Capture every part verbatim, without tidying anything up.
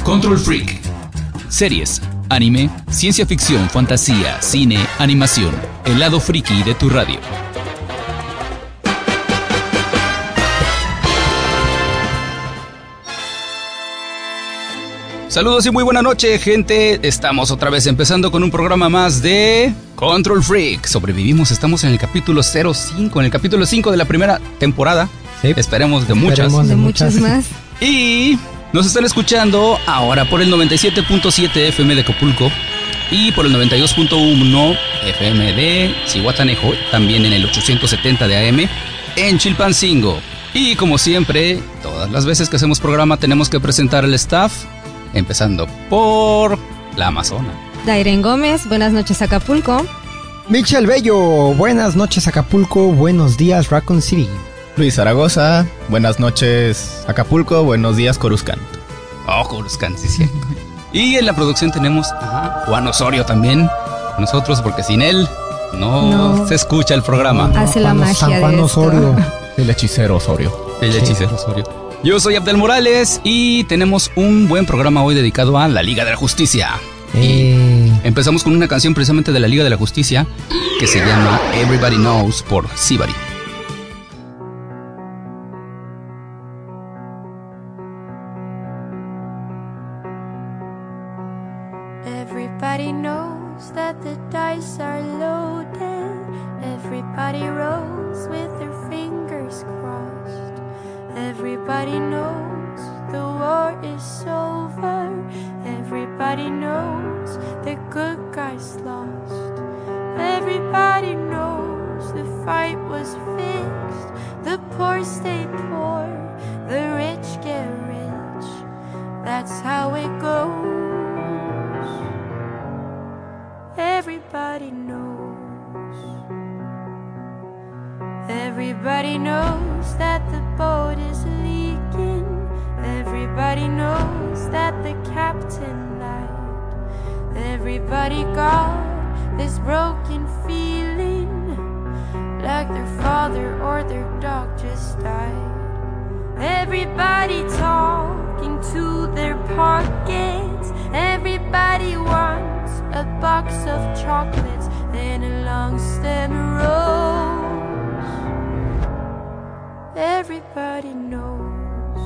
Control Freak. Series, anime, ciencia ficción, fantasía, cine, animación. El lado friki de tu radio. Saludos y muy buena noche, gente. Estamos otra vez empezando con un programa más de Control Freak. Sobrevivimos, estamos en el capítulo cero cinco, en el capítulo cinco de la primera temporada. Sí. Esperemos de muchas. Esperemos de muchas más. Y nos están escuchando ahora por el noventa y siete punto siete F M de Acapulco y por el noventa y dos punto uno F M de Zihuatanejo, también en el ochocientos setenta de A M en Chilpancingo. Y como siempre, todas las veces que hacemos programa tenemos que presentar al staff. Empezando por la Amazona. Dairen Gómez, buenas noches Acapulco. Michel Bello, buenas noches Acapulco, buenos días Raccoon City. Luis Zaragoza, buenas noches Acapulco, buenos días Coruscant. Oh, Coruscant, sí, sí. Y en la producción tenemos a Juan Osorio también, nosotros, porque sin él no, no. se escucha el programa. No, Hace la magia San Juan de Osorio. El hechicero Osorio. El sí. hechicero Osorio. Yo soy Abdel Morales y tenemos un buen programa hoy dedicado a la Liga de la Justicia. Eh. Y empezamos con una canción precisamente de la Liga de la Justicia que se llama Everybody Knows por Sibari. Everybody knows that the dice are loaded. Everybody rolls with their fingers crossed. Everybody knows the war is over. Everybody knows the good guys lost. Everybody knows the fight was fixed. The poor stay poor, the rich get rich. That's how it goes. Everybody knows. Everybody knows that the boat is leaking. Everybody knows that the captain lied. Everybody got this broken feeling, like their father or their dog just died. Everybody talking to their pockets. Everybody wants a box of chocolates and a long stem rose. Everybody knows.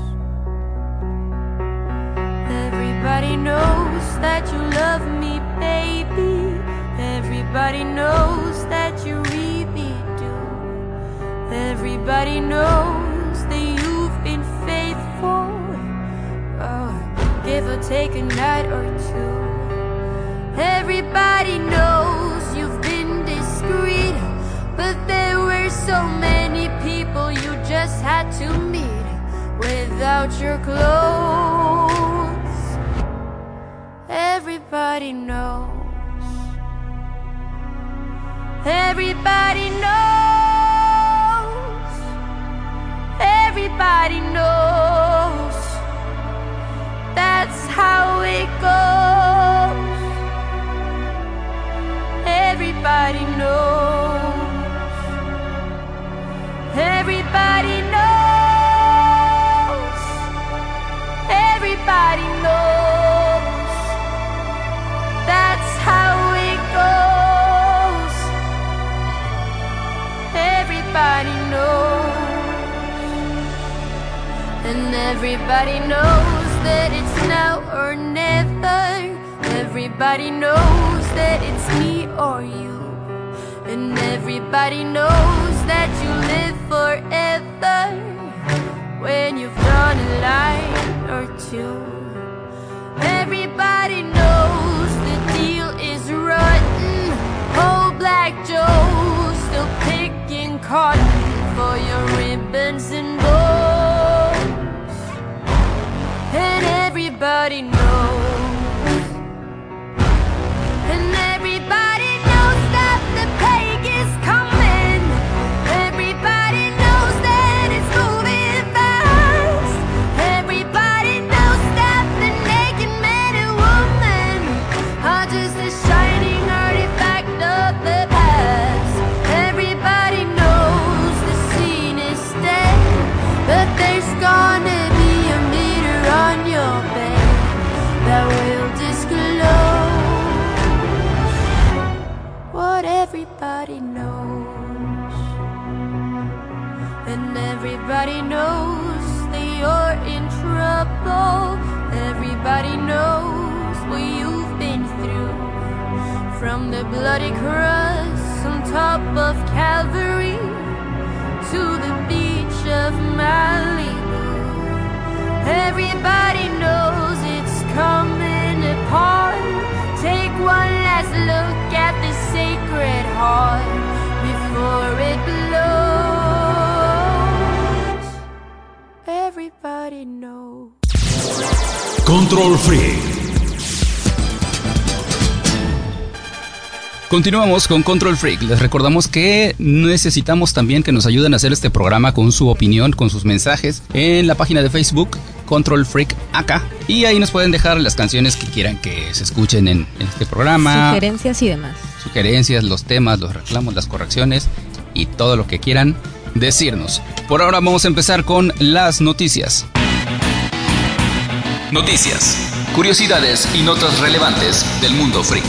Everybody knows that you love me, baby. Everybody knows that you really do. Everybody knows that you've been faithful. Oh, give or take a night or two. Everybody knows you've been discreet, but there were so many people you just had to meet without your clothes. Everybody knows. Everybody knows. Everybody knows. That's how it goes. Everybody knows. Everybody knows. Everybody knows. That's how it goes. Everybody knows. And everybody knows that it's now or never. Everybody knows that it's me or you. And everybody knows that you live forever when you've drawn a line or two. Everybody knows the deal is rotten. Old Black Joe still picking cotton for your ribbons and bows. And everybody knows. And everybody knows that the plague is coming. Everybody knows that it's moving fast. Everybody knows that the naked man and woman are just a shining artifact of the past. Everybody knows the scene is dead, but there's gonna be a meter on your bed. Everybody knows that you're in trouble. Everybody knows what you've been through. From the bloody cross on top of Calvary to the beach of Malibu. Everybody knows it's coming apart. Take one last look at the Sacred Heart before it blows. Everybody knows. Control Freak. Continuamos con Control Freak. Les recordamos que necesitamos también que nos ayuden a hacer este programa con su opinión, con sus mensajes en la página de Facebook Control Freak acá. Y ahí nos pueden dejar las canciones que quieran que se escuchen en, en este programa. Sugerencias y demás. Sugerencias, los temas, los reclamos, las correcciones y todo lo que quieran decirnos. Por ahora vamos a empezar con las noticias. Noticias, curiosidades y notas relevantes del mundo freak.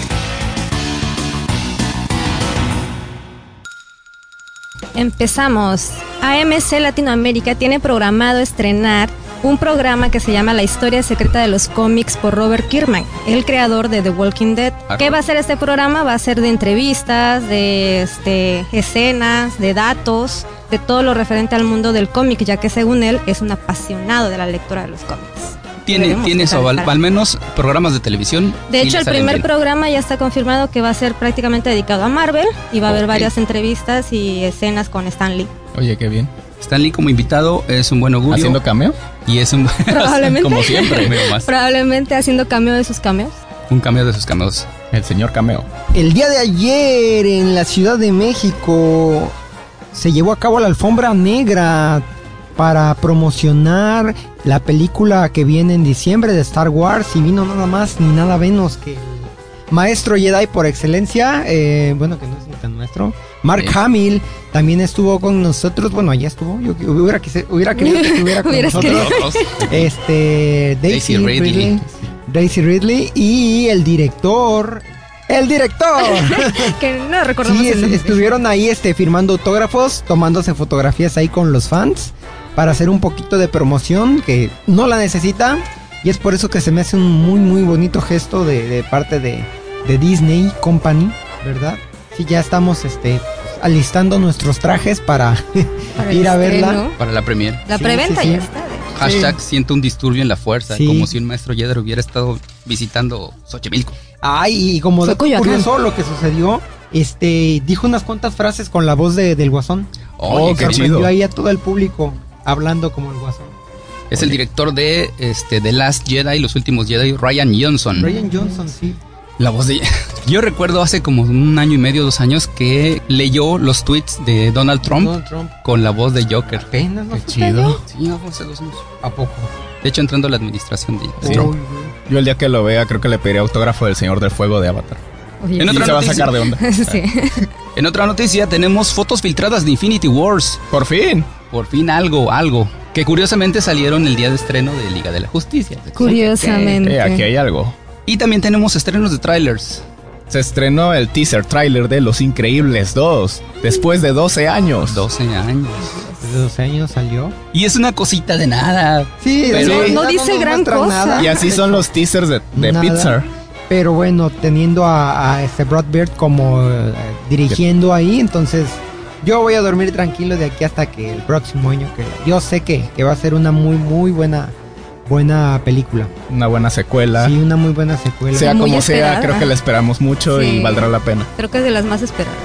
Empezamos. A M C Latinoamérica tiene programado estrenar un programa que se llama La historia secreta de los cómics por Robert Kirkman, el creador de The Walking Dead. ¿Qué va a ser este programa? Va a ser de entrevistas, de este, escenas, de datos, de todo lo referente al mundo del cómic, ya que según él es un apasionado de la lectura de los cómics. Tiene, tiene eso, al, al menos programas de televisión. De sí hecho, el primer bien. programa ya está confirmado que va a ser prácticamente dedicado a Marvel y va a haber okay. varias entrevistas y escenas con Stan Lee. Oye, qué bien. Stan Lee como invitado es un buen augurio. ¿Haciendo cameo? Y es un Probablemente. Como siempre. Probablemente haciendo cameo de sus cameos. Un cameo de sus cameos. El señor cameo. El día de ayer en la Ciudad de México se llevó a cabo la alfombra negra para promocionar la película que viene en diciembre de Star Wars, y vino nada más ni nada menos que el maestro Jedi por excelencia, eh, bueno, que no es ni tan maestro, Mark sí. Hamill, también estuvo con nosotros, bueno, allá estuvo, yo hubiera, quise, hubiera querido que estuviera con nosotros, este, Daisy, Daisy Ridley, Ridley. Daisy Ridley y el director... ¡El director! Que no recordamos sí, el nombre. Estuvieron ahí este, firmando autógrafos, tomándose fotografías ahí con los fans para hacer un poquito de promoción que no la necesita, y es por eso que se me hace un muy muy bonito gesto de, de parte de, de Disney Company, ¿verdad? Sí, ya estamos este, alistando nuestros trajes para, para ir a verla. Estreno. Para la premier. La sí, preventa sí, sí. ya está. Hashtag sí. siento un disturbio en la fuerza, sí. como si un maestro Jedi hubiera estado visitando Xochimilco. Ay, y como de curioso lo que sucedió, este, dijo unas cuantas frases con la voz de, del Guasón. Oh, oh qué chido. Ahí a todo el público hablando como el Guasón. Es Oye. el director de este The Last Jedi, Los Últimos Jedi, Rian Johnson. Rian Johnson, sí. La voz de... Yo recuerdo hace como un año y medio, dos años, que leyó los tweets de Donald Trump, Donald Trump. con la voz de Joker. Apenas Qué chido. Sí, hace dos años. ¿A poco? De hecho, entrando a la administración de sí. Trump. Yo el día que lo vea, creo que le pediré autógrafo del Señor del Fuego de Avatar. Oye, en otra se noticia, va a sacar de onda. Sí. En otra noticia tenemos fotos filtradas de Infinity Wars. Por fin. Por fin algo, algo. Que curiosamente salieron el día de estreno de Liga de la Justicia. Curiosamente. Eh, aquí hay algo. Y también tenemos estrenos de trailers. Se estrenó el teaser trailer de Los Increíbles dos. Después de doce años. doce años. De doce años salió. Y es una cosita de nada. Sí, pero sí, no, no dice no gran cosa. Nada. Y así son los teasers de, de Pixar. Pero bueno, teniendo a, a este Brad Bird como uh, dirigiendo ahí, entonces yo voy a dormir tranquilo de aquí hasta que el próximo año, que yo sé que, que va a ser una muy muy buena buena película. Una buena secuela. Sí, una muy buena secuela. Sea muy como esperada. sea, creo que la esperamos mucho sí. y valdrá la pena. Creo que es de las más esperadas.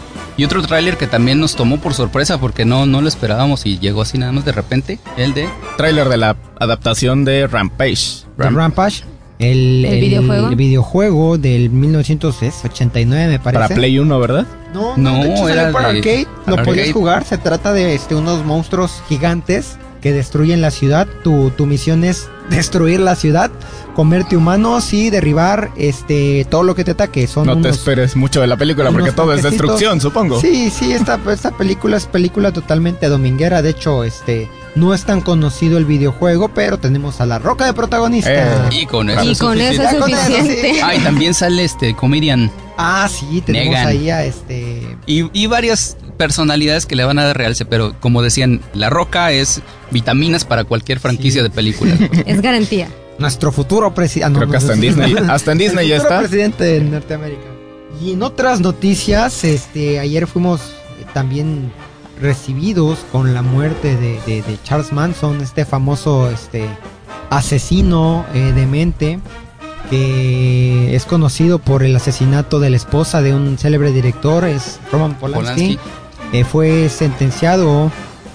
Y otro tráiler que también nos tomó por sorpresa porque no, no lo esperábamos y llegó así nada más de repente, el de... Tráiler de la adaptación de Rampage. Ram- Rampage. El, ¿El, el, videojuego? el videojuego del mil novecientos ochenta y nueve, me parece. Para Play uno, ¿verdad? No, no, no de hecho era salió para de arcade. Lo arcade. podías jugar. Se trata de este, unos monstruos gigantes que destruyen la ciudad. Tu, tu misión es destruir la ciudad, comerte humanos y derribar este todo lo que te ataque. Son no unos, te esperes mucho de la película porque todo es destrucción, supongo. Sí, sí, esta, esta película es película totalmente dominguera. De hecho, este no es tan conocido el videojuego, pero tenemos a La Roca de protagonista. Eh, y con eso y es con eso es suficiente. Sí. Ah, y también sale este comedian. Ah, sí, tenemos Negan. ahí a este... Y, y varias personalidades que le van a dar realce, pero como decían, La Roca es vitaminas para cualquier franquicia Sí. de películas. Es garantía. Nuestro futuro presidente. Creo que hasta en Disney, hasta en Disney ya está. presidente de Norteamérica. Y en otras noticias, este, ayer fuimos eh, también recibidos con la muerte de, de- de Charles Manson, este famoso este, asesino eh, demente que es conocido por el asesinato de la esposa de un célebre director, es Roman Polanski. Polanski. Eh, fue sentenciado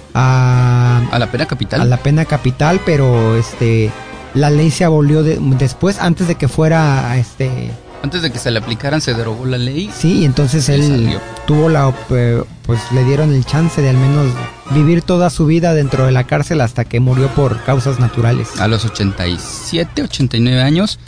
a, A la pena capital. a la pena capital, pero este la ley se abolió de- después, antes de que fuera este Antes de que se le aplicaran, se derogó la ley. sí, y entonces Y él salió. tuvo la op- eh, pues le dieron el chance de al menos vivir toda su vida dentro de la cárcel hasta que murió por causas naturales. A los ochenta y siete, ochenta y nueve años.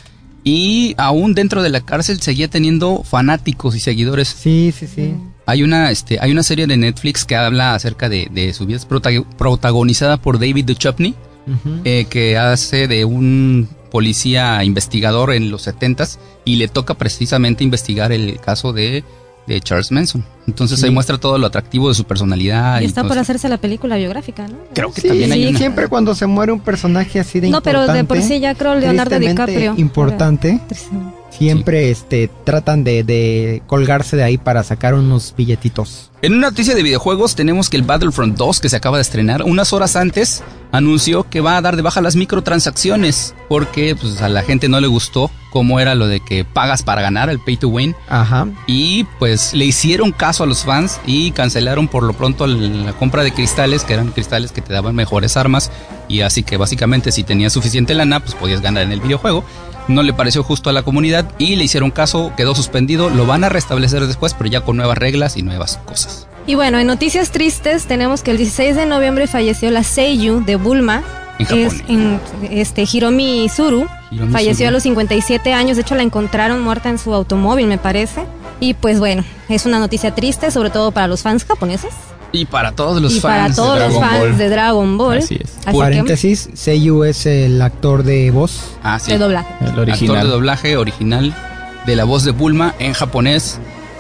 Y aún dentro de la cárcel seguía teniendo fanáticos y seguidores. Sí, sí, sí. Hay una, este, hay una serie de Netflix que habla acerca de, de su vida, es prota- protagonizada por David Duchovny, Ujú. eh, que hace de un policía investigador en los setentas y le toca precisamente investigar el caso de, de Charles Manson. Entonces Sí. ahí muestra todo lo atractivo de su personalidad. Y está por entonces, hacerse la película biográfica, ¿no? creo que Sí, también hay sí, una. siempre cuando se muere un personaje así de No, pero importante. de por sí ya creo Leonardo tristemente DiCaprio. importante, Tristísimo. siempre este tratan de, de colgarse de ahí para sacar unos billetitos. En una noticia de videojuegos tenemos que el Battlefront dos, que se acaba de estrenar, unas horas antes anunció que va a dar de baja las microtransacciones porque pues, a la gente no le gustó cómo era lo de que pagas para ganar, el pay to win, Ajá. y pues le hicieron caso a los fans y cancelaron por lo pronto la compra de cristales, que eran cristales que te daban mejores armas, y así que básicamente si tenías suficiente lana pues podías ganar en el videojuego. No le pareció justo a la comunidad y le hicieron caso, quedó suspendido, lo van a restablecer después, pero ya con nuevas reglas y nuevas cosas. Y bueno, en noticias tristes tenemos que el dieciséis de noviembre falleció la Seiyu de Bulma. En Japón. Es en, este, Hiromi Suru. Hiromi Falleció Suru. a los cincuenta y siete años. De hecho, la encontraron muerta en su automóvil, me parece. Y pues bueno, es una noticia triste, sobre todo para los fans japoneses. Y para todos los y fans. para todos de los Dragon fans Ball. de Dragon Ball. Así es. Así Paréntesis, Seiyu es el actor de voz. Ah, que, sí. de doblaje. El Actor original. de doblaje original de la voz de Bulma en japonés.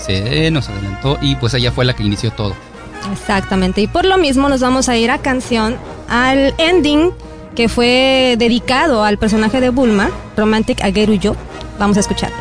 Se nos adelantó y pues ella fue la que inició todo. Exactamente. Y por lo mismo nos vamos a ir a canción, al ending que fue dedicado al personaje de Bulma, Romantic Ageru Yo. Vamos a escucharlo.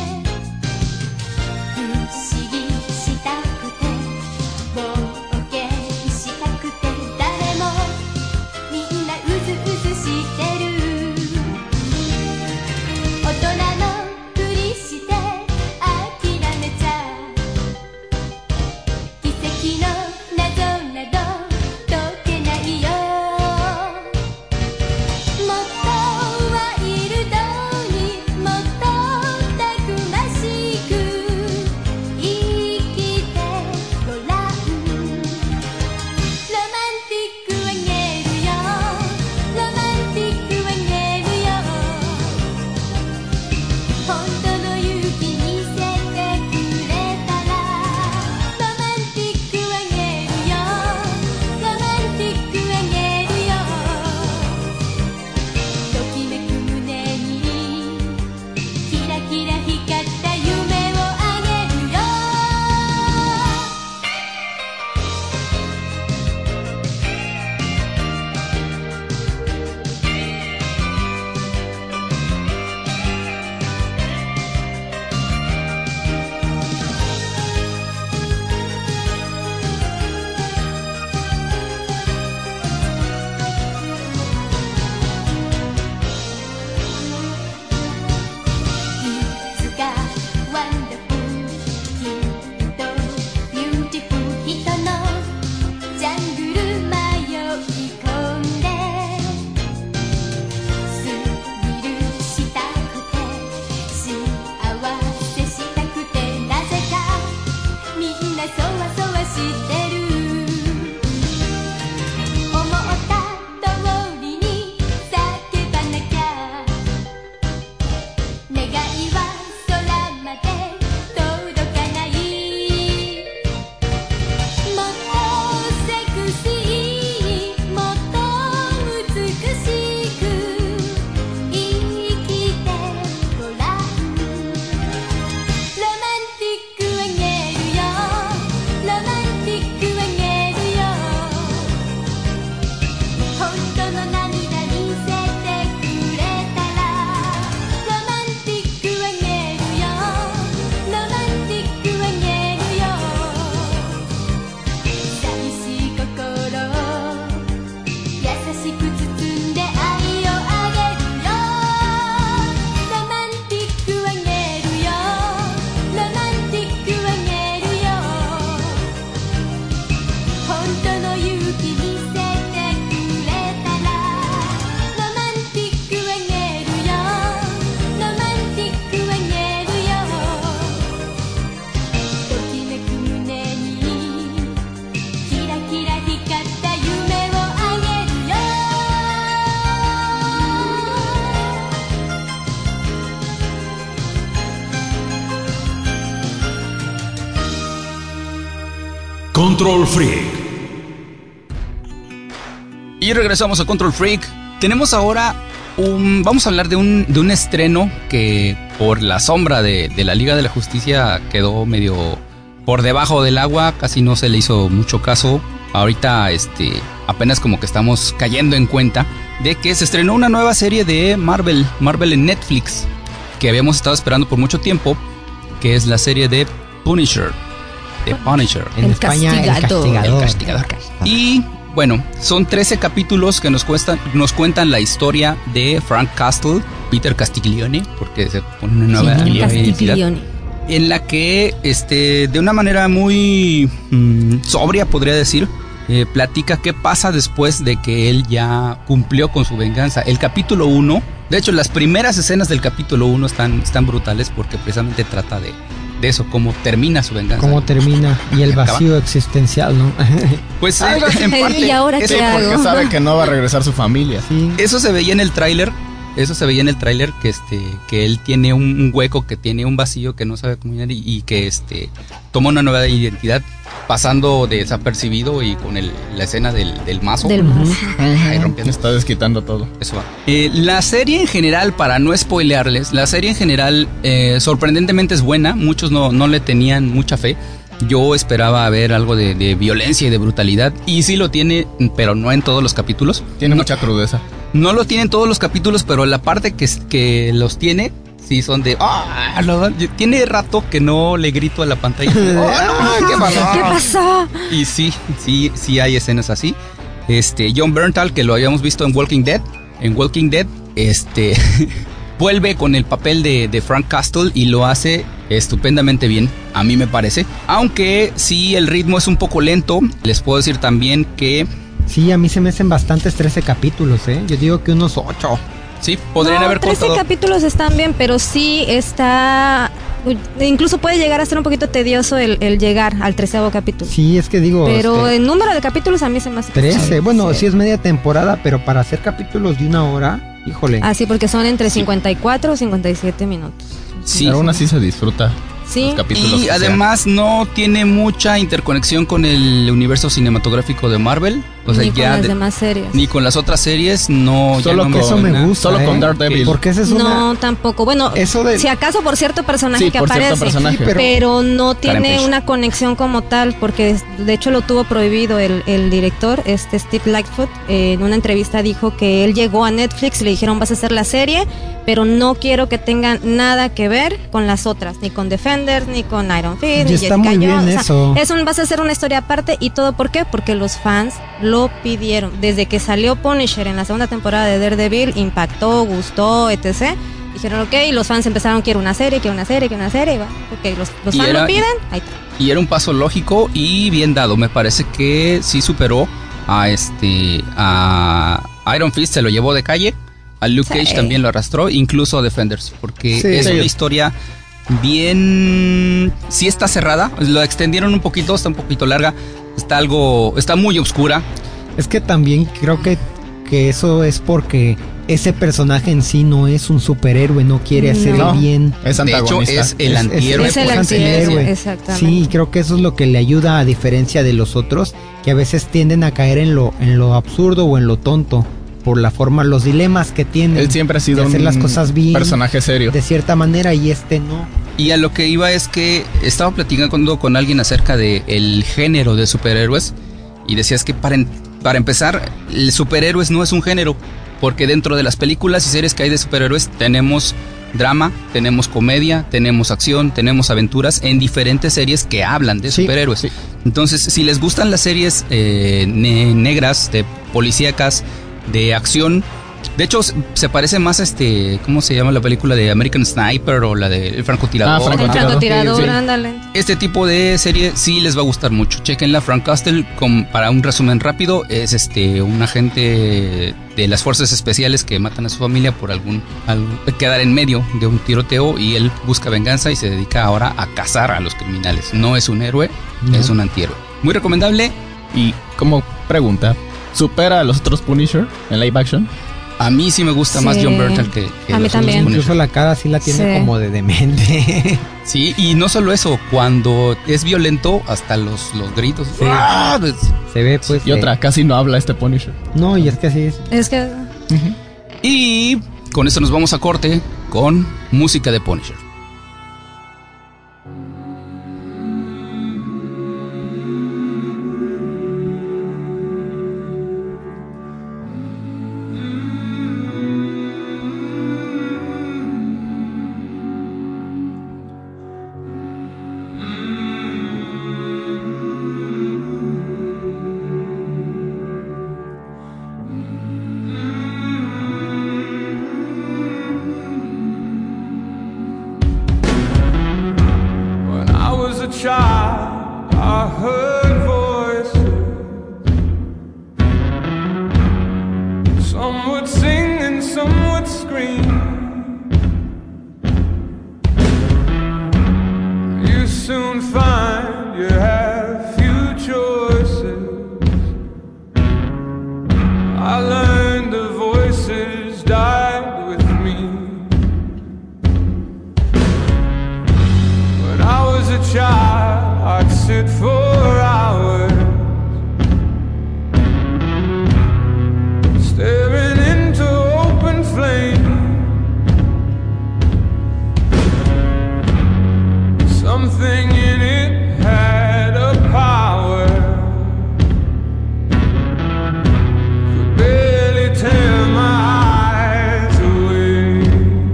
「不思議したくて冒険 Control Freak. Y regresamos a Control Freak. Tenemos ahora un... Vamos a hablar de un, de un estreno que por la sombra de, de la Liga de la Justicia quedó medio por debajo del agua. Casi no se le hizo mucho caso. Ahorita este, apenas como que estamos cayendo en cuenta de que se estrenó una nueva serie de Marvel. Marvel en Netflix. Que habíamos estado esperando por mucho tiempo. Que es la serie de Punisher. The Punisher. En El España, castigador. el castigador. El castigador. Y bueno, son trece capítulos que nos, cuestan, nos cuentan la historia de Frank Castle, Peter Castiglione, porque se pone una nueva Sí, identidad, Castiglione. en la que este, de una manera muy mm, sobria, podría decir, eh, platica qué pasa después de que él ya cumplió con su venganza. El capítulo uno, de hecho las primeras escenas del capítulo uno están, están brutales porque precisamente trata de, de eso, cómo termina su venganza. Cómo termina y el Acaba. vacío existencial, ¿no? Pues eh, Algo así. en parte, ¿Y ahora eso, qué Porque hago? sabe que no va a regresar su familia. Sí. eso se veía en el tráiler. Eso se veía en el tráiler que este que él tiene un, un hueco, que tiene un vacío que no sabe cómo llenar y, y que este toma una nueva identidad pasando desapercibido y con el, la escena del, del mazo. Del mazo. Ahí rompiendo. Está desquitando todo. Eso va. Eh, la serie en general, para no spoilearles, la serie en general eh, sorprendentemente es buena. Muchos no, no le tenían mucha fe. Yo esperaba ver algo de, de violencia y de brutalidad. Y sí lo tiene, pero no en todos los capítulos. Tiene No- mucha crudeza. No lo tiene en todos los capítulos, pero la parte que, que los tiene, sí son de... ¡Ah! No, tiene rato que no le grito a la pantalla. ¡Ah, qué pasó! ¿Qué pasó? Y sí, sí, sí hay escenas así. Este, John Bernthal, que lo habíamos visto en Walking Dead. En Walking Dead, este... vuelve con el papel de, de Frank Castle y lo hace estupendamente bien, a mí me parece. Aunque sí, el ritmo es un poco lento. Les puedo decir también que... Sí, a mí se me hacen bastantes trece capítulos, ¿eh? Yo digo que unos ocho. Sí, podrían No, haber trece contado... capítulos están bien, pero sí está... Incluso puede llegar a ser un poquito tedioso el, el llegar al treceavo capítulo. Sí, es que digo... Pero este, el número de capítulos a mí se me hace... que está trece. bien. Bueno, sí es media temporada, pero para hacer capítulos de una hora, híjole. Ah, sí, porque son entre cincuenta y cuatro o cincuenta y siete minutos. Sí. Pero aún así se disfruta. Sí. Los capítulos Y que además no tiene mucha interconexión con el universo cinematográfico de Marvel. O sea, Ni con ya las de- demás series. ni con las otras series, no. ya Solo no con- Eso me suena. gusta, Solo ¿eh? con Daredevil. Porque esa es una... No, tampoco. Bueno, Eso de- si acaso por cierto personaje Sí, que por cierto aparece. personaje. Sí, pero- Pero no tiene Page. una conexión como tal, porque de hecho lo tuvo prohibido el, el director, este Steve Lightfoot. Eh, en una entrevista dijo que él llegó a Netflix y le dijeron vas a hacer la serie, pero no quiero que tengan nada que ver con las otras, ni con Defenders, ni con Iron Fist, Y ni está Jessica muy bien Jones. O sea, eso. es un, vas a hacer una historia aparte y todo, ¿por qué? Porque los fans lo pidieron. Desde que salió Punisher en la segunda temporada de Daredevil, impactó, gustó, etcétera. Dijeron, ok, y los fans empezaron, quiero una serie, quiero una serie, quiero una serie. Y va, ok, los, los Y fans era- lo piden, ahí está. Y era un paso lógico y bien dado. Me parece que sí superó a este. A Iron Fist, se lo llevó de calle. A Luke Sí. Cage también lo arrastró, incluso a Defenders. Porque Sí. es Sí. una historia bien. Sí está cerrada. Lo extendieron un poquito, está un poquito larga. Está algo. Está muy oscura. Es que también creo que, que eso es porque ese personaje en sí no es un superhéroe, no quiere hacer No. el bien. Es De hecho, antagonista. es el Es- antihéroe. Es el por antihéroe, excelencia. exactamente. Sí, creo que eso es lo que le ayuda, a diferencia de los otros, que a veces tienden a caer en lo, en lo absurdo o en lo tonto, por la forma, los dilemas que tienen. Él siempre ha sido de hacer un las cosas bien, personaje serio. de cierta manera, y este no. Y a lo que iba es que estaba platicando con alguien acerca de el género de superhéroes y decías que para, en- para empezar, el superhéroes no es un género, porque dentro de las películas y series que hay de superhéroes tenemos drama, tenemos comedia, tenemos acción, tenemos aventuras en diferentes series que hablan de Sí, superhéroes. sí. Entonces, si les gustan las series eh, ne- negras, de policíacas, de acción, de hecho se- se parece más a este, ¿cómo se llama la película de American Sniper o la de El francotirador? Ah, El francotirador. francotirador, Sí. ándale. Este tipo de serie sí les va a gustar mucho. Chequenla. Frank Castle, con, para un resumen rápido, es este un agente de las fuerzas especiales que matan a su familia por algún, algún quedar en medio de un tiroteo, y él busca venganza y se dedica ahora a cazar a los criminales. No es un héroe, No. es un antihéroe. Muy recomendable. Y como pregunta, ¿supera a los otros Punisher en live action? A mí sí me gusta Sí. más John Bernthal que, que A mí los otros también. Punisher. Incluso la cara sí la tiene Sí. como de demente. Sí, y no solo eso, cuando es violento, hasta los, los gritos. Sí. ¡Ah! Pues, Se ve pues... Y otra, eh, casi no habla este Punisher. No, y es que así es. Es que... Uh-huh. y con esto nos vamos a corte con música de Punisher. child, I heard voices. Some would sing and some would scream. You soon find you have few choices. I learned the voices died with me. When I was a child, I'd sit for hours staring into open flame. Something in it had a power, could barely tear my eyes away.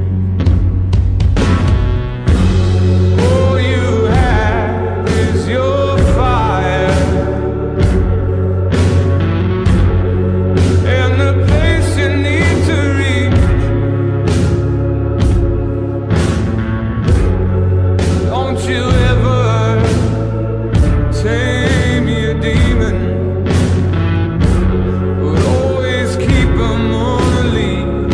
All you have is your fire, and the place you need to reach. Don't you ever tame your demon, but always keep 'em on a leash.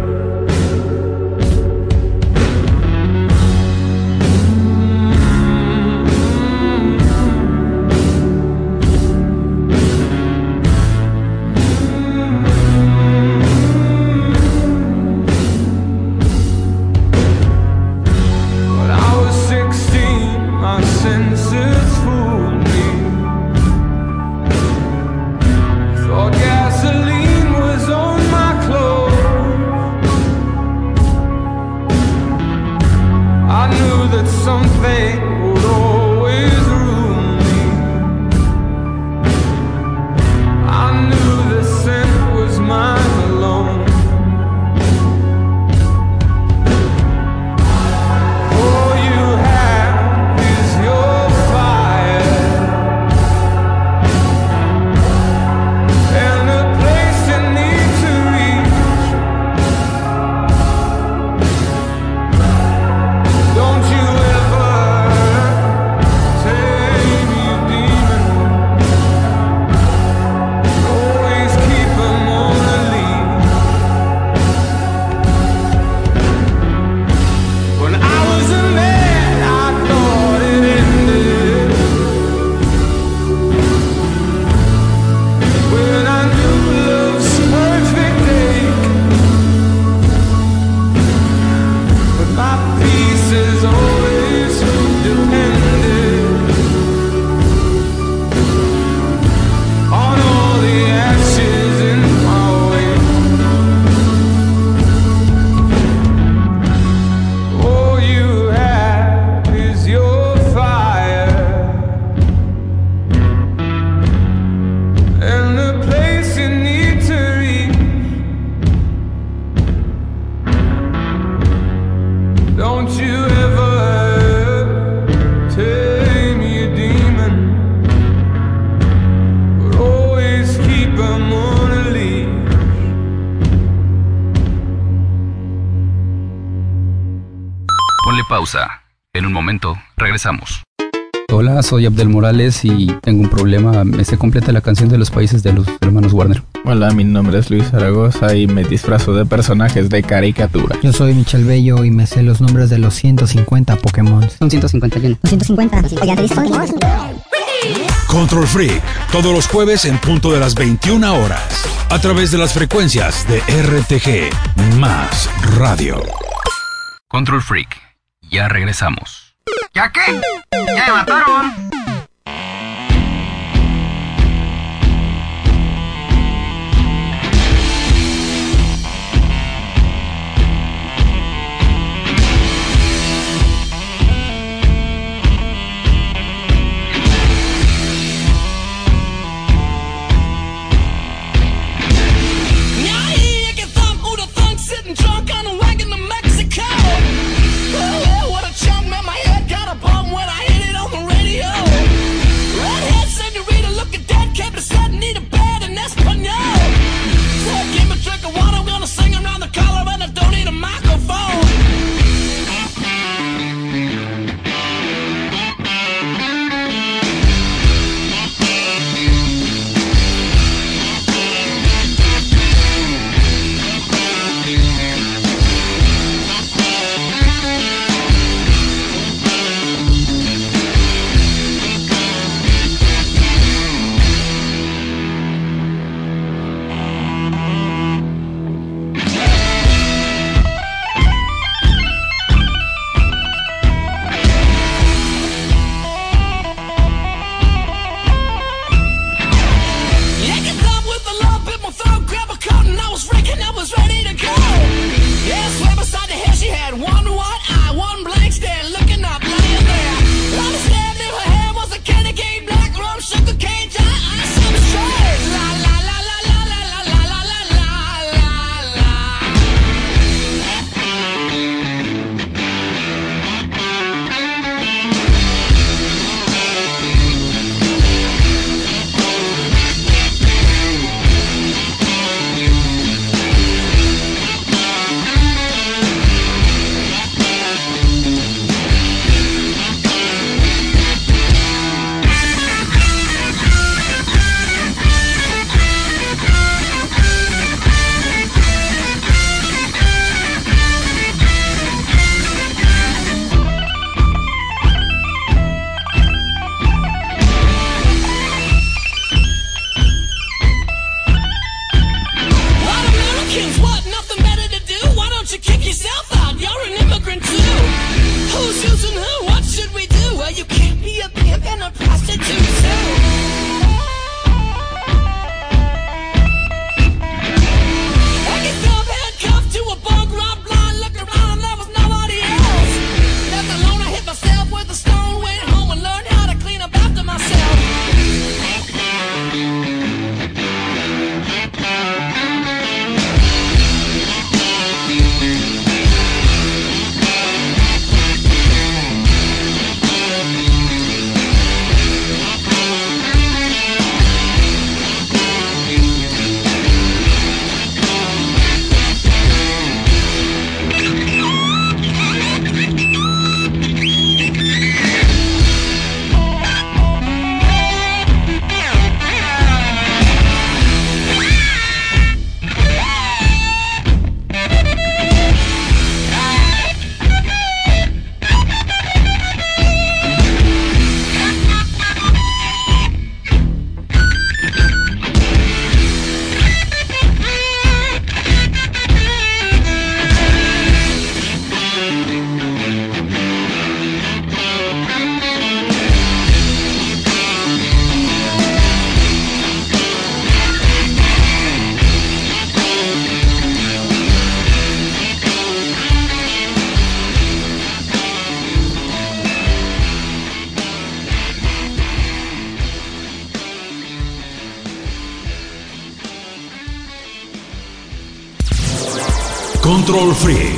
When I was sixteen, my senses fooled me. Thought gasoline was on my clothes. I knew that something would always ruin me. I knew the scent was mine alone. All you have is your fire, and the place you need to reach. Don't you ever tame your demon, always keep 'em on a leash. When I was a man, I thought it ended. When I knew love's perfect ache, but my peace is always depended on all the ashes in my way. All you have is your fire, and the place you need to reach. Don't you ever tame your demon, but always keep 'em on a leash. Ponle pausa. En un momento, regresamos. Hola, soy Abdel Morales y tengo un problema. Me sé completa la canción de los países de los hermanos Warner. Hola, mi nombre es Luis Zaragoza y me disfrazo de personajes de caricatura. Yo soy Michel Bello y me sé los nombres de los ciento cincuenta Pokémon. Son ciento cincuenta y uno. doscientos cincuenta. Oigan, ¿te Control Freak, todos los jueves en punto de las veintiuna horas, a través de las frecuencias de R T G más Radio. Control Freak. Ya regresamos. ¿Ya qué? ¡Ya me mataron! Drunk on a wagon to Mexico. Oh, yeah, what a chunk, man. My head got a bump when I hit it on the radio. Redhead senorita looking dead, kept it said need a bed in Espanol. Said give me a drink of water, I'm gonna sing around the collar and I don't need a microphone. Control Freak.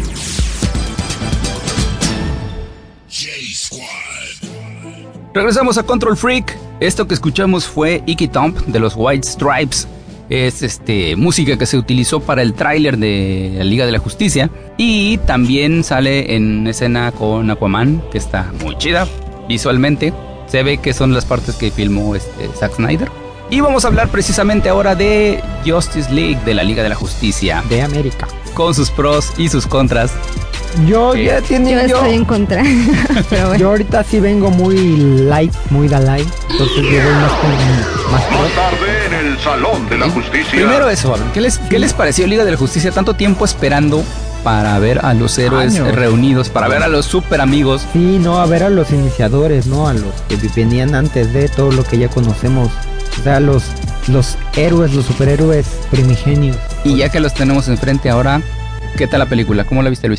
Regresamos a Control Freak. Esto que escuchamos fue Icky Thump de los White Stripes. Es este música que se utilizó para el tráiler de la Liga de la Justicia. Y también sale en escena con Aquaman, que está muy chida visualmente. Se ve que son las partes que filmó este Zack Snyder. Y vamos a hablar precisamente ahora de Justice League, de la Liga de la Justicia de América, con sus pros y sus contras. Yo eh, ya tiene yo, yo estoy en contra. Pero bueno. Yo ahorita sí vengo muy light, muy da light. Entonces yo voy más con más Más tarde en el Salón de la Justicia. Primero eso, ¿qué les, ¿qué les pareció Liga de la Justicia? Tanto tiempo esperando para ver a los héroes Años. reunidos, para ver a los super amigos. Sí, no, a ver a los iniciadores, ¿no? A los que venían antes de todo lo que ya conocemos. O sea, los, los héroes, los superhéroes primigenios. Y ya que los tenemos enfrente ahora, ¿qué tal la película? ¿Cómo la viste, Luis?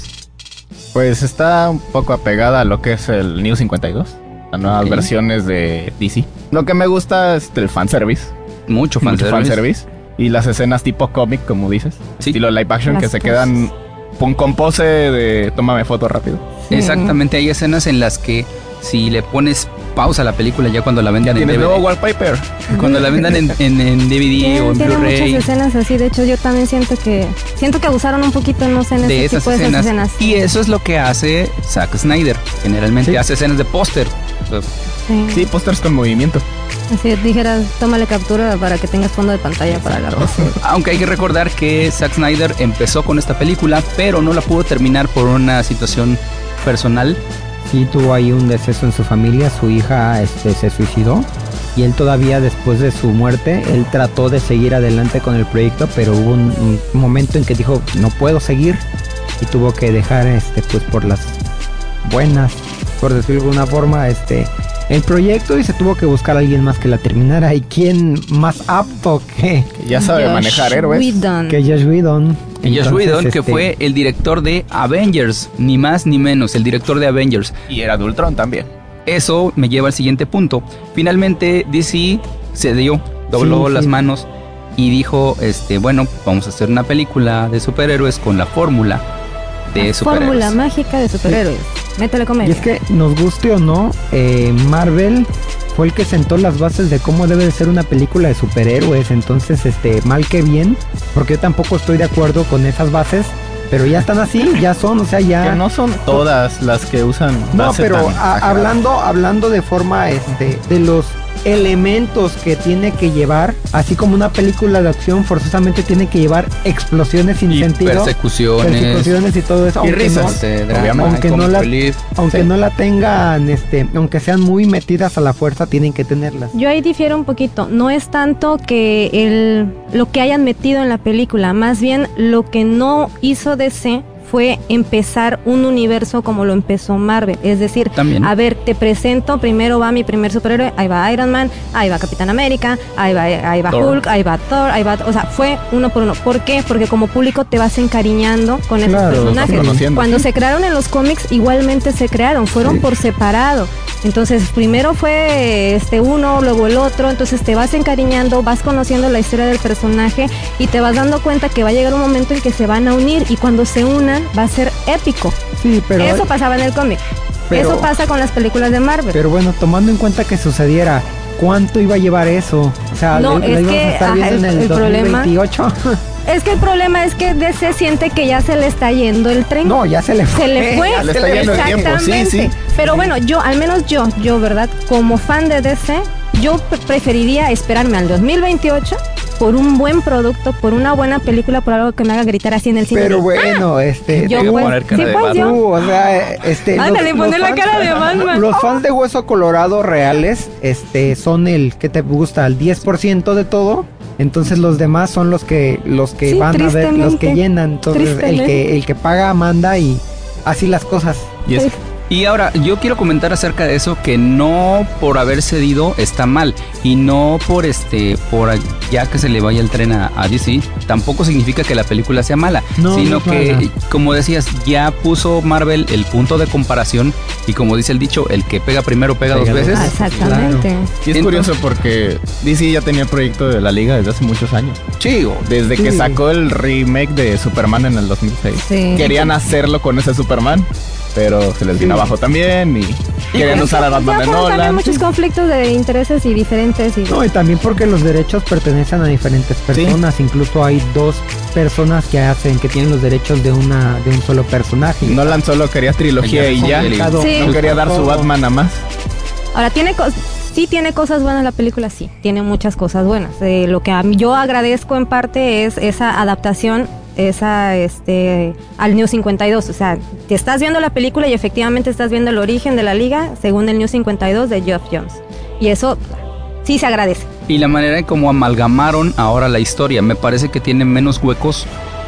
Pues está un poco apegada a lo que es el New cincuenta y dos, las nuevas Ok. versiones de D C. Lo que me gusta es el fanservice. Mucho Mucho fanservice. fanservice. Y las escenas tipo cómic, como dices. Sí. Estilo live action, Las que se poses. quedan pon- con pose de tómame foto rápido. Sí. Exactamente, hay escenas en las que si le pones pausa a la película ya cuando la Ya vendan en tienes D V D, nuevo wallpaper. cuando la vendan en, en, en D V D Tiene, o en tiene Blu-ray, muchas escenas así, de hecho yo también siento que siento que abusaron un poquito, no sé, en de ese esas tipo de escenas. esas escenas. Y eso es lo que hace Zack Snyder. Generalmente Sí. hace escenas de póster. O sea, Sí. Sí, pósters con movimiento. Así dijeras, tómale captura para que tengas fondo de pantalla para la rosa. Aunque hay que recordar que Zack Snyder empezó con esta película, pero no la pudo terminar por una situación personal. Sí, tuvo ahí un deceso en su familia, su hija este, se suicidó y él todavía después de su muerte, él trató de seguir adelante con el proyecto, pero hubo un, un momento en que dijo, no puedo seguir y tuvo que dejar este pues por las buenas, por decirlo de alguna forma, este el proyecto y se tuvo que buscar a alguien más que la terminara. ¿Y quién más apto que, Que ya sabe Josh manejar héroes. Whedon. que Josh Whedon? Y Josh Entonces, Whedon, que este, fue el director de Avengers, ni más ni menos, el director de Avengers. Y era de Ultron también. Eso me lleva al siguiente punto. Finalmente D C cedió, dobló Sí, las sí. manos y dijo, este, bueno, vamos a hacer una película de superhéroes con la fórmula de La superhéroes. fórmula mágica de superhéroes. Métele Y comedia. es que nos guste o no, eh, Marvel fue el que sentó las bases de cómo debe de ser una película de superhéroes. Entonces, este, mal que bien, porque yo tampoco estoy de acuerdo con esas bases, pero ya están así, ya son, o sea, ya. Que no son todas las que usan. No, base pero tan a- exagerada. hablando, hablando de forma, este, de los elementos que tiene que llevar, así como una película de acción forzosamente tiene que llevar explosiones sin Y sentido, persecuciones, persecuciones y todo eso, y aunque risas. no- este, drama, Obviamente. aunque no comic la- relief. aunque Sí. no la tengan, este, aunque sean muy metidas a la fuerza, tienen que tenerlas. Yo ahí difiero un poquito. No es tanto que el lo que hayan metido en la película, más bien lo que no hizo D C fue empezar un universo como lo empezó Marvel. Es decir, También. a ver, te presento, primero va mi primer superhéroe, ahí va Iron Man, ahí va Capitán América, ahí va, ahí va Thor. Hulk, ahí va Thor, ahí va... O sea, fue uno por uno. ¿Por qué? Porque como público te vas encariñando con esos Claro, los vas personajes. conociendo. Cuando se crearon en los cómics, igualmente se crearon, fueron Sí. por separado. Entonces, primero fue este uno, luego el otro, entonces te vas encariñando, vas conociendo la historia del personaje y te vas dando cuenta que va a llegar un momento en que se van a unir y cuando se unan va a ser épico. Sí, pero Eso pasaba en el cómic. pero- Eso pasa con las películas de Marvel. pero bueno, tomando en cuenta que sucediera, ¿cuánto iba a llevar eso? O sea, No, ¿la- es la íbamos que, a estar ajá, viendo en el- el, el problema- dos mil veintiocho? Es que el problema es que D C siente que ya se le está yendo el tren. No, ya se le fue. Se le fue, ya le se está le yendo el tiempo, sí, exactamente. sí. Pero bueno, yo, al menos yo, yo, ¿verdad? Como fan de D C, yo pre- preferiría esperarme al dos mil veintiocho por un buen producto, por una buena película, por algo que me haga gritar así en el cine. Pero de, bueno, este, yo Voy a pues, poner cara sí, de pues Batman. yo. tú, o sea, este, Ándale, poner la fans- cara de Batman. Los fans de Hueso Colorado reales, este, son el que te gusta, el diez por ciento de todo. Entonces los demás son los que los que Sí, van a ver, los que tristemente. llenan. Entonces el Tristemente. que el que paga manda y así las cosas. Y es, Y ahora, yo quiero comentar acerca de eso, que no por haber cedido está mal, y no por este, por ya que se le vaya el tren a, a D C, tampoco significa que la película sea mala, No, sino no es que, mala. como decías, ya puso Marvel el punto de comparación, y como dice el dicho, el que pega primero pega, Pega dos dos veces. Ah, exactamente. y es Entonces- curioso porque D C ya tenía el proyecto de la Liga desde hace muchos años. Sí, o- Desde que Sí. sacó el remake de Superman en el dos mil seis. Sí. Querían hacerlo con ese Superman, pero se les vino Sí. abajo también y querían usar a Batman Ya de fueron también Nolan. muchos conflictos de intereses y diferentes. Y No, y también porque los derechos pertenecen a diferentes personas. Incluso hay dos personas que hacen, que tienen los derechos de una de un solo personaje. Nolan solo quería trilogía y ya. Sí. Sí. No quería dar su Todo. Batman a más. Ahora, tiene cos- sí tiene cosas buenas la película, sí, tiene muchas cosas buenas. Eh, lo que a mí- yo agradezco en parte es esa adaptación, esa, este, al New cincuenta y dos. O sea, te estás viendo la película y efectivamente estás viendo el origen de la liga según el New cincuenta y dos de Geoff Jones. Y eso sí se agradece. y la manera en cómo amalgamaron ahora la historia, me parece que tiene menos huecos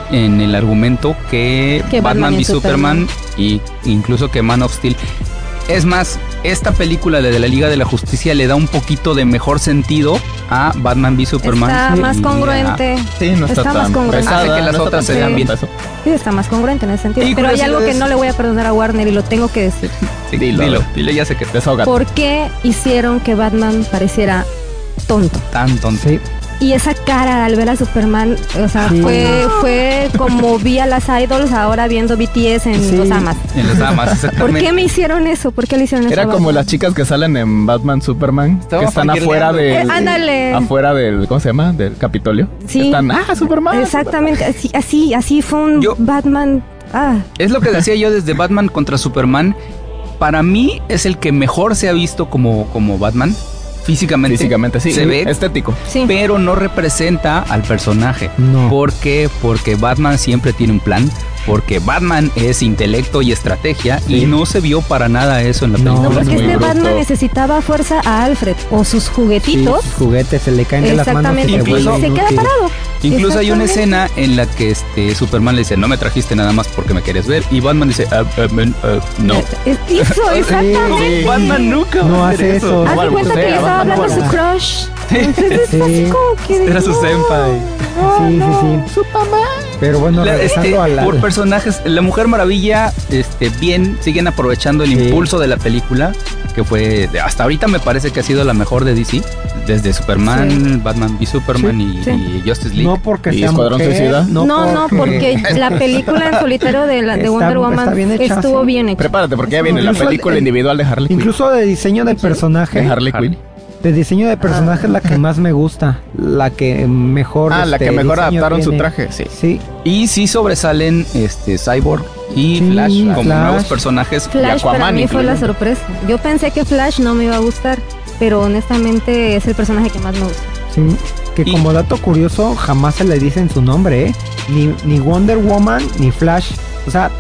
en el argumento que, Que Batman Batman y v Superman y incluso que Man of Steel. Es más, esta película de la Liga de la Justicia le da un poquito de mejor sentido a Batman v Superman. Está más y congruente. a- Sí, no está, Está más tan congruente. pesada, Hace que las no está otras tan se vean pesada. bien. Sí, está más congruente en ese sentido. Y Pero hay algo que curiosidades- no le voy a perdonar a Warner y lo tengo que decir. Sí, Dilo, dilo, a ver. dilo, ya sé que te Desahógate. ¿Por qué hicieron que Batman pareciera tonto? tan tonto. Sí. Y esa cara al ver a Superman, o sea, Sí. fue, fue como vi a las idols ahora viendo B T S en Sí. Los Amas. En los damas, ¿Por exactamente. qué me hicieron eso? ¿Por qué le hicieron eso? Era a como Batman? las chicas que salen en Batman Superman, Estaba que están fangirleando. afuera del... Eh, ándale. Afuera del, ¿cómo se llama? Del Capitolio. Sí. Están, ah, Superman. Exactamente, así, así, así fue un Yo- Batman. Ah, Es lo que decía yo desde Batman contra Superman. Para mí es el que mejor se ha visto como, como Batman. Físicamente. Físicamente, sí. Se ve, estético. sí. pero no representa al personaje. No. ¿Por qué? Porque Batman siempre tiene un plan. Porque Batman es intelecto y estrategia. Sí. Y no se vio para nada eso en la No, No, película. es porque muy este bruto. Batman necesitaba fuerza a Alfred o sus Sí, juguetitos. sus juguetes se le caen de las manos y Exactamente. se Y Incluso- vuelve se queda inútil. parado. Incluso hay una Exactamente. escena en la que este Superman le dice, no me trajiste nada más porque me querías ver. Y Batman dice, "Ah, ah, men, ah, no. Es- Hizo, exactamente. Sí. Batman nunca va No a hacer hace eso. Haz de Igual, cuenta pues, que le eh, estaba Batman hablando a su fuera. crush. Entonces, Sí. así como que. Era su no, senpai. no, Sí, no. sí, sí. Pero bueno, La- regresando este, a la... por personajes, la Mujer Maravilla, este, bien, siguen aprovechando el Sí. impulso de la película, que fue, de- hasta ahorita me parece que ha sido la mejor de D C, desde Superman, Batman v Superman y, Sí. y Justice League. No porque ¿Y sea Escuadrón mujer, Suicida? No, no, porque la película en solitario de, la, de Está- Wonder está Woman bien hecha, estuvo sí. bien hecha. Prepárate, porque ya viene la Incluso película el- individual de Harley Quinn. Incluso de diseño de personaje, de Harley Quinn. de diseño de personaje es la que más me gusta, la que mejor... Ah, la este, que mejor diseño adaptaron su tiene. traje, sí. Sí, Y sí sobresalen este, Cyborg y Sí, Flash como Flash. nuevos personajes. Flash para Aquaman mí fue la incluyendo. sorpresa. Yo pensé que Flash no me iba a gustar, pero honestamente es el personaje que más me gusta. sí. Que Y- como dato curioso, jamás se le dicen su nombre, ¿eh? Ni, ni Wonder Woman, ni Flash. O sea,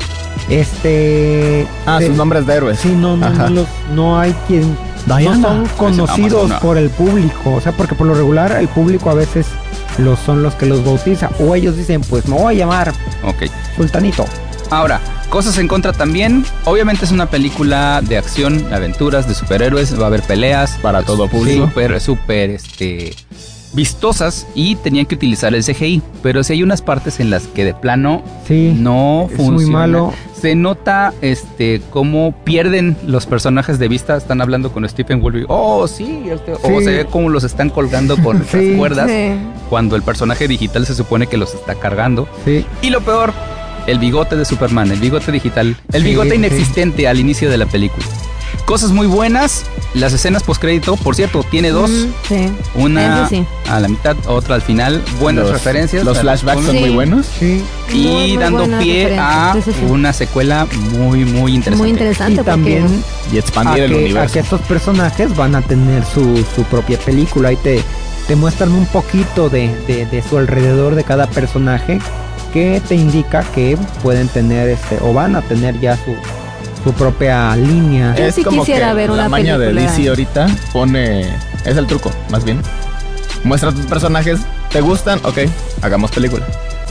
este... Ah, de- sus nombres de héroes. Sí, no, no, Ajá. no, los- no hay quien... Diana. No son conocidos Amazona. por el público. O sea, porque por lo regular el público a veces los son los que los bautiza. O ellos dicen, pues me voy a llamar Ok. Sultanito. Ahora, cosas en contra también. Obviamente es una película de acción, aventuras, de superhéroes. Va a haber peleas. Para todo público. Súper, súper, este... vistosas y tenían que utilizar el C G I. Pero sí hay unas partes en las que de plano Sí. no es funciona. muy malo. Se nota este cómo pierden los personajes de vista. Están hablando con Stephen Wolby. Oh, sí, este- o Sí. se ve cómo los están colgando con Sí. las cuerdas. Sí. Cuando el personaje digital se supone que los está cargando. Sí. Y lo peor, el bigote de Superman, el bigote digital, el Sí, bigote sí. inexistente al inicio de la película. Cosas muy buenas. Las escenas postcrédito, por cierto, tiene dos. Mm, sí. Una Eso sí. a la mitad, otra al final. Buenas Los- referencias. Los a flashbacks son Sí. muy buenos. Sí. Y Muy, muy dando buenas pie a referencias, sí, sí, sí. una secuela muy, muy interesante. Muy interesante Y porque también Y a expandir el que, a universo. que estos personajes van a tener su, su propia película. Y te, te muestran un poquito de, de, de su alrededor de cada personaje, que te indica que pueden tener este o van a tener ya su, su propia línea. Yo sí quisiera ver una la maña de película. D C ahorita pone... Es el truco, más bien. Muestra tus personajes, ¿te gustan? Ok, hagamos película.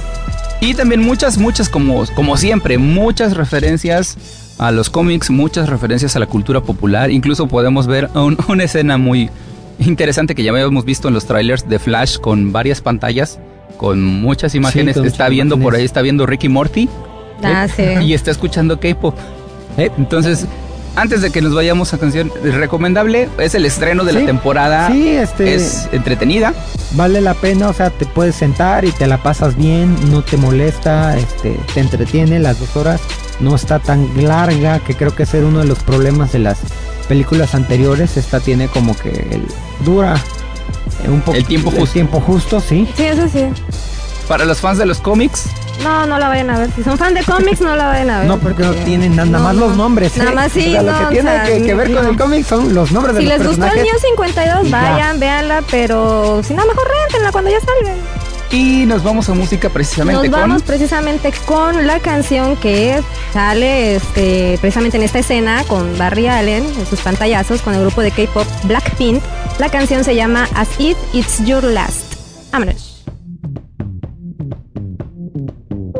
Y también muchas, muchas, como, como siempre, muchas referencias a los cómics, muchas referencias a la cultura popular. Incluso podemos ver un- una escena muy interesante que ya habíamos visto en los trailers de Flash con varias pantallas, con muchas imágenes. con Está muchas viendo por imágenes. ahí, está viendo Ricky Morty Ah, sí. y está escuchando K-pop. Eh, Entonces, antes de que nos vayamos a canción, recomendable, es el estreno de Sí, la temporada. sí, este Es entretenida. vale la pena, o sea, te puedes sentar y te la pasas bien, no te molesta, este, te entretiene las dos horas, no está tan larga, que creo que ese era uno de los problemas de las películas anteriores. Esta tiene como que el, dura eh, un poco El tiempo justo. tiempo justo, sí. Sí, eso sí. Para los fans de los cómics, No, no la vayan a ver. Si son fan de cómics, no la vayan a ver. No, porque no tienen nada no, más no. los nombres. Nada ¿eh? más sí, O sea, lo no, que o tiene sea, que, que ver con no. el cómic son los nombres Si de les los gustó el personajes. New cincuenta y dos, y ya. vayan, véanla, pero si no, mejor réntenla cuando ya salga. y nos vamos a música precisamente Nos con... vamos precisamente con la canción que sale este, precisamente en esta escena con Barry Allen en sus pantallazos con el grupo de K-pop Blackpink. La canción se llama As If It's Your Last. Vámonos.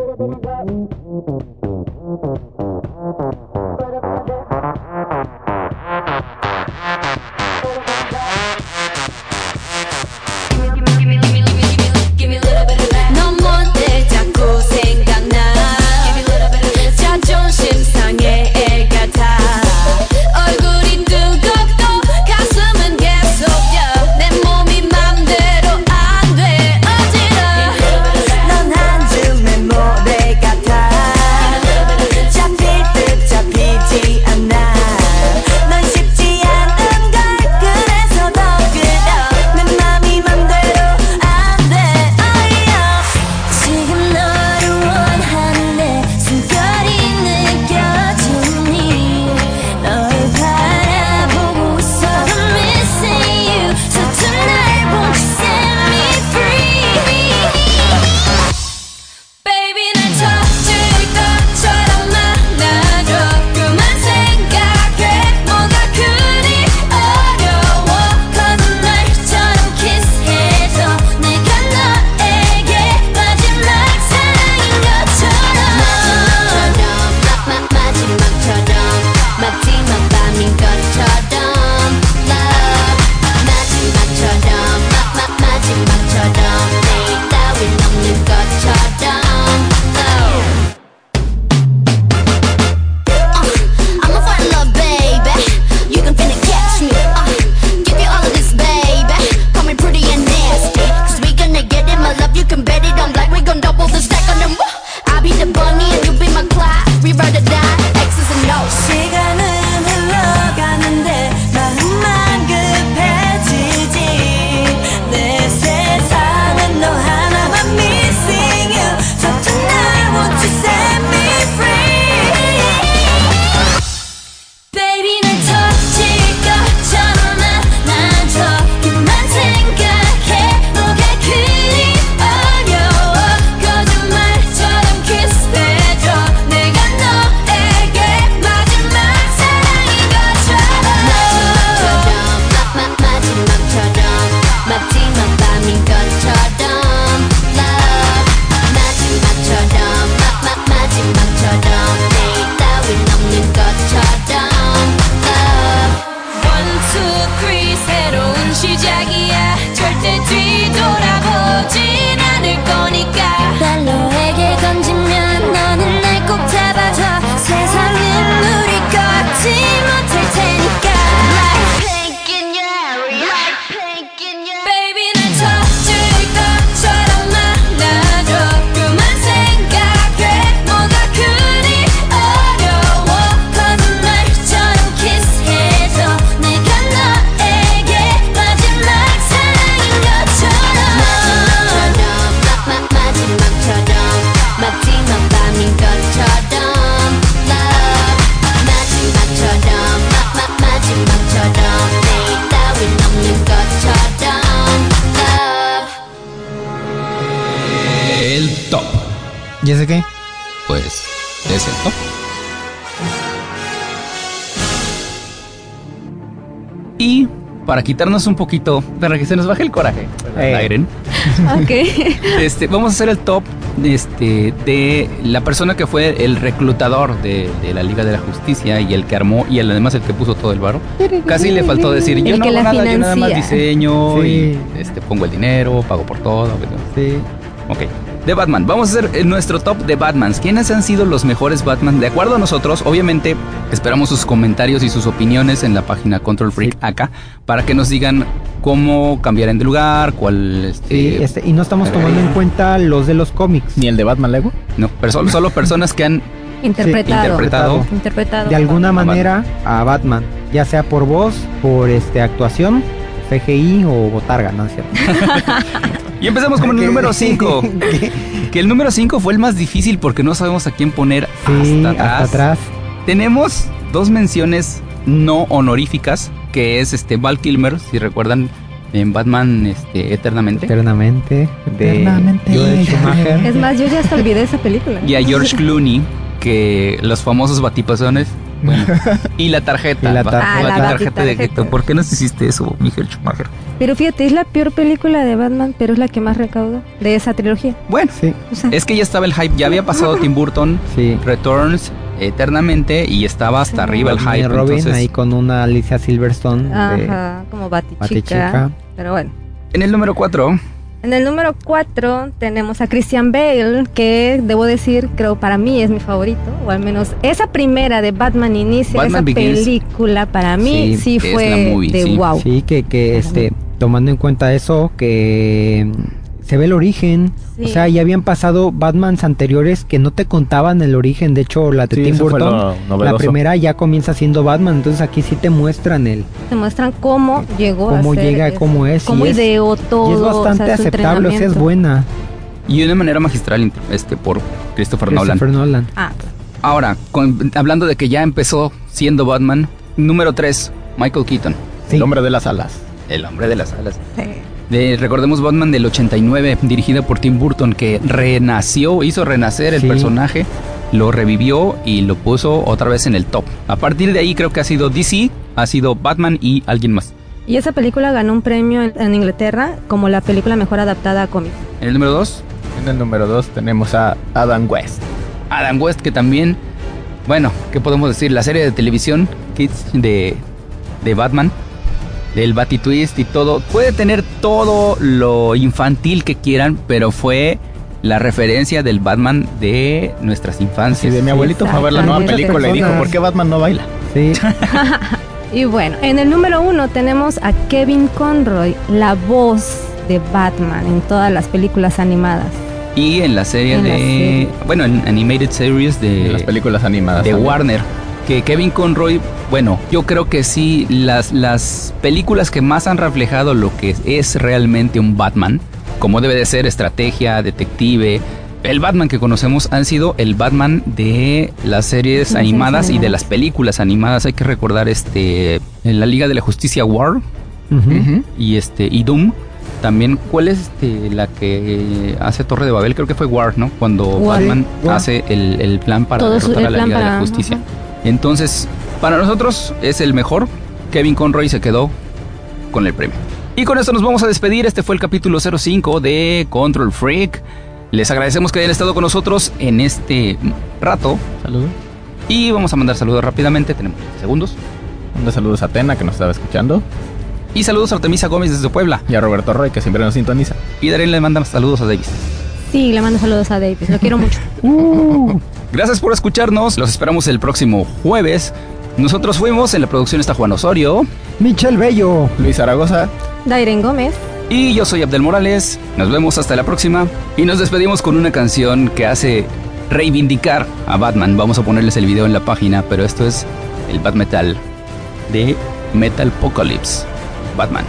¿Y ese qué? Pues es el top. Y para quitarnos un poquito, para que se nos baje el coraje, Eh. Iren, Ok. este, vamos a hacer el top este, de la persona que fue el reclutador de, de la Liga de la Justicia y el que armó y el, además el que puso todo el varo. Casi le faltó decir, yo El no que hago la nada, yo nada más financia. diseño Sí. y este, pongo el dinero, pago por todo. Sí. Ok, de Batman. Vamos a hacer eh, nuestro top de Batmans. ¿Quiénes han sido los mejores Batman? De acuerdo a nosotros, obviamente, esperamos sus comentarios y sus opiniones en la página Control Freak Sí. acá, para que nos digan cómo cambiarán de lugar, cuál... Este, Sí, este, y no estamos tomando en cuenta los de los cómics. Ni el de Batman Lego. No, pero solo, solo personas que han Interpretado. interpretado. Interpretado. De alguna a manera a Batman, ya sea por voz, por este actuación, C G I o botarga, ¿no es cierto? Y empezamos con el ¿Qué? número cinco. ¿Qué? Que el número cinco fue el más difícil porque no sabemos a quién poner Sí, hasta atrás. hasta atrás. Tenemos dos menciones no honoríficas, que es este Val Kilmer, si recuerdan, en Batman este, Eternamente. Eternamente. De Eternamente. Joel Schumacher. Es más, yo ya hasta olvidé esa película. Y a George Clooney, que los famosos batipazones. Bueno, y la tarjeta. Y la ba- tarjeta. Ah, la tarjeta de batitarjeta. que ¿por qué nos hiciste eso, Michael Schumacher? Pero fíjate, es la peor película de Batman, pero es la que más recaudó de esa trilogía. Bueno, Sí, O sea, es que ya estaba el hype, ya había pasado Tim Burton, sí. Returns, Eternamente, y estaba hasta arriba el Batman y hype. Robin Entonces, ahí con una Alicia Silverstone. de- ajá, como Batichica. Batichica. Pero bueno. en el número cuatro, En el número cuatro tenemos a Christian Bale, que debo decir, creo para mí es mi favorito, o al menos esa primera de Batman Inicia, Batman esa Begins. película para mí Sí, sí, es fue la movie, de sí. wow. Sí, que, que este, tomando en cuenta eso, que mm, se ve el origen. Sí. O sea, ya habían pasado Batmans anteriores que no te contaban el origen. De hecho, la de Sí, Tim eso fue Burton, lo la novedoso. primera ya comienza siendo Batman. Entonces aquí sí te muestran el Te muestran cómo llegó cómo a ser, llega, es- cómo es. cómo y es, ideó todo. y es bastante o sea, su aceptable, o sea, es entrenamiento. buena. y de una manera magistral este, por Christopher Nolan. Christopher Nolan. Ah, Ahora, con- hablando de que ya empezó siendo Batman, número tres, Michael Keaton, Sí. El hombre de las alas. el hombre de las alas. sí. De, recordemos Batman del ochenta y nueve, dirigida por Tim Burton, que renació, hizo renacer el Sí. personaje, lo revivió y lo puso otra vez en el top. A partir de ahí creo que ha sido D C, ha sido Batman y alguien más. Y esa película ganó un premio en, en Inglaterra como la película mejor adaptada a cómics. En el número dos, En el número dos tenemos a Adam West. Adam West, que también, bueno, ¿qué podemos decir? La serie de televisión Kids de, de Batman, del Batitwist y todo, puede tener todo lo infantil que quieran, pero fue la referencia del Batman de nuestras Y infancias. de mi abuelito fue a ver la nueva Muchas película y dijo, personas. ¿por qué Batman no baila? Sí. Y bueno, en el número uno tenemos a Kevin Conroy, la voz de Batman en todas las películas animadas. Y en la serie En la de, serie. bueno, en Animated Series De de, las películas animadas. de también. Warner, que Kevin Conroy, bueno, yo creo que sí, las, las películas que más han reflejado lo que es realmente un Batman, como debe de ser, estrategia, detective, el Batman que conocemos han sido el Batman de las series Las series animadas y de animadas. las películas animadas. Hay que recordar este en la Liga de la Justicia War Ujú. Ujú. y este y Doom. También, ¿cuál es este, la que hace Torre de Babel? Creo que fue War, ¿no? Cuando War. Batman War. hace el, el plan para Todo su- derrotar a el la plan Liga de para- la Justicia. ajá. Entonces, para nosotros es el mejor. Kevin Conroy se quedó con el premio. Y con esto nos vamos a despedir. Este fue el capítulo cero cinco de Control Freak. Les agradecemos que hayan estado con nosotros en este rato. Saludos. Y vamos a mandar saludos rápidamente. Tenemos segundos. Un saludos a Tena, que nos estaba escuchando. Y saludos a Artemisa Gómez desde Puebla. Y a Roberto Roy, que siempre nos sintoniza. Y Darren le manda saludos a Davis. Sí, le mando saludos a Davis, lo quiero mucho. Gracias por escucharnos. Los esperamos el próximo jueves. Nosotros fuimos. En la producción está Juan Osorio. Michel Bello. Luis Zaragoza. Dairen Gómez. Y yo soy Abdel Morales. Nos vemos hasta la próxima. Y nos despedimos con una canción que hace reivindicar a Batman. Vamos a ponerles el video en la página, pero esto es el Bat Metal de Metal Apocalypse. Batman.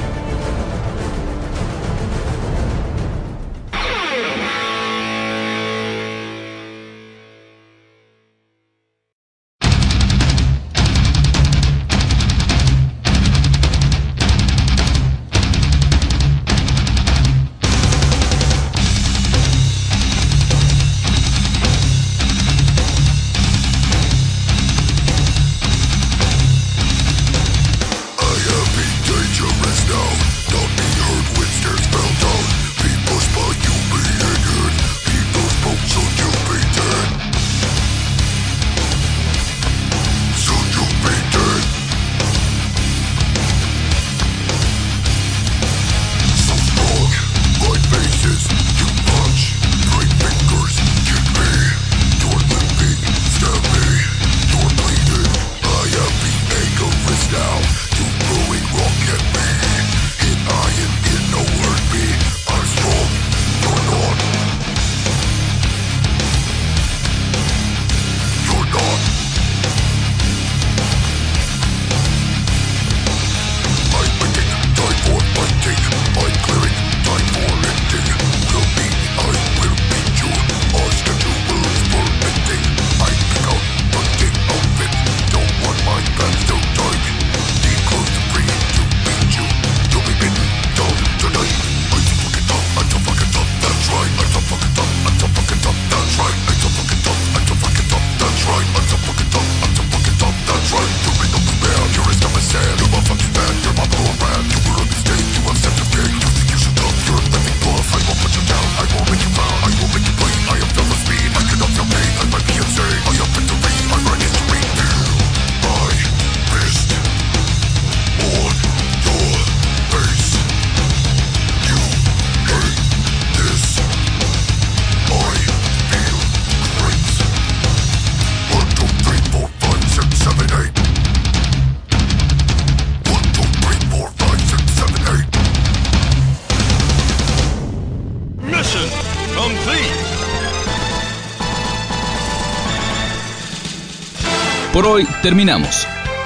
Por hoy terminamos.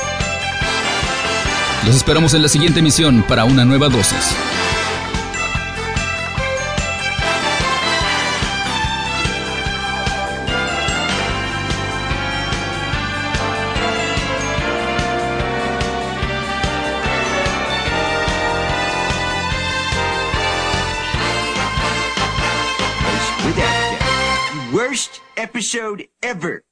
Los esperamos en la siguiente emisión para una nueva dosis. Worst episode ever.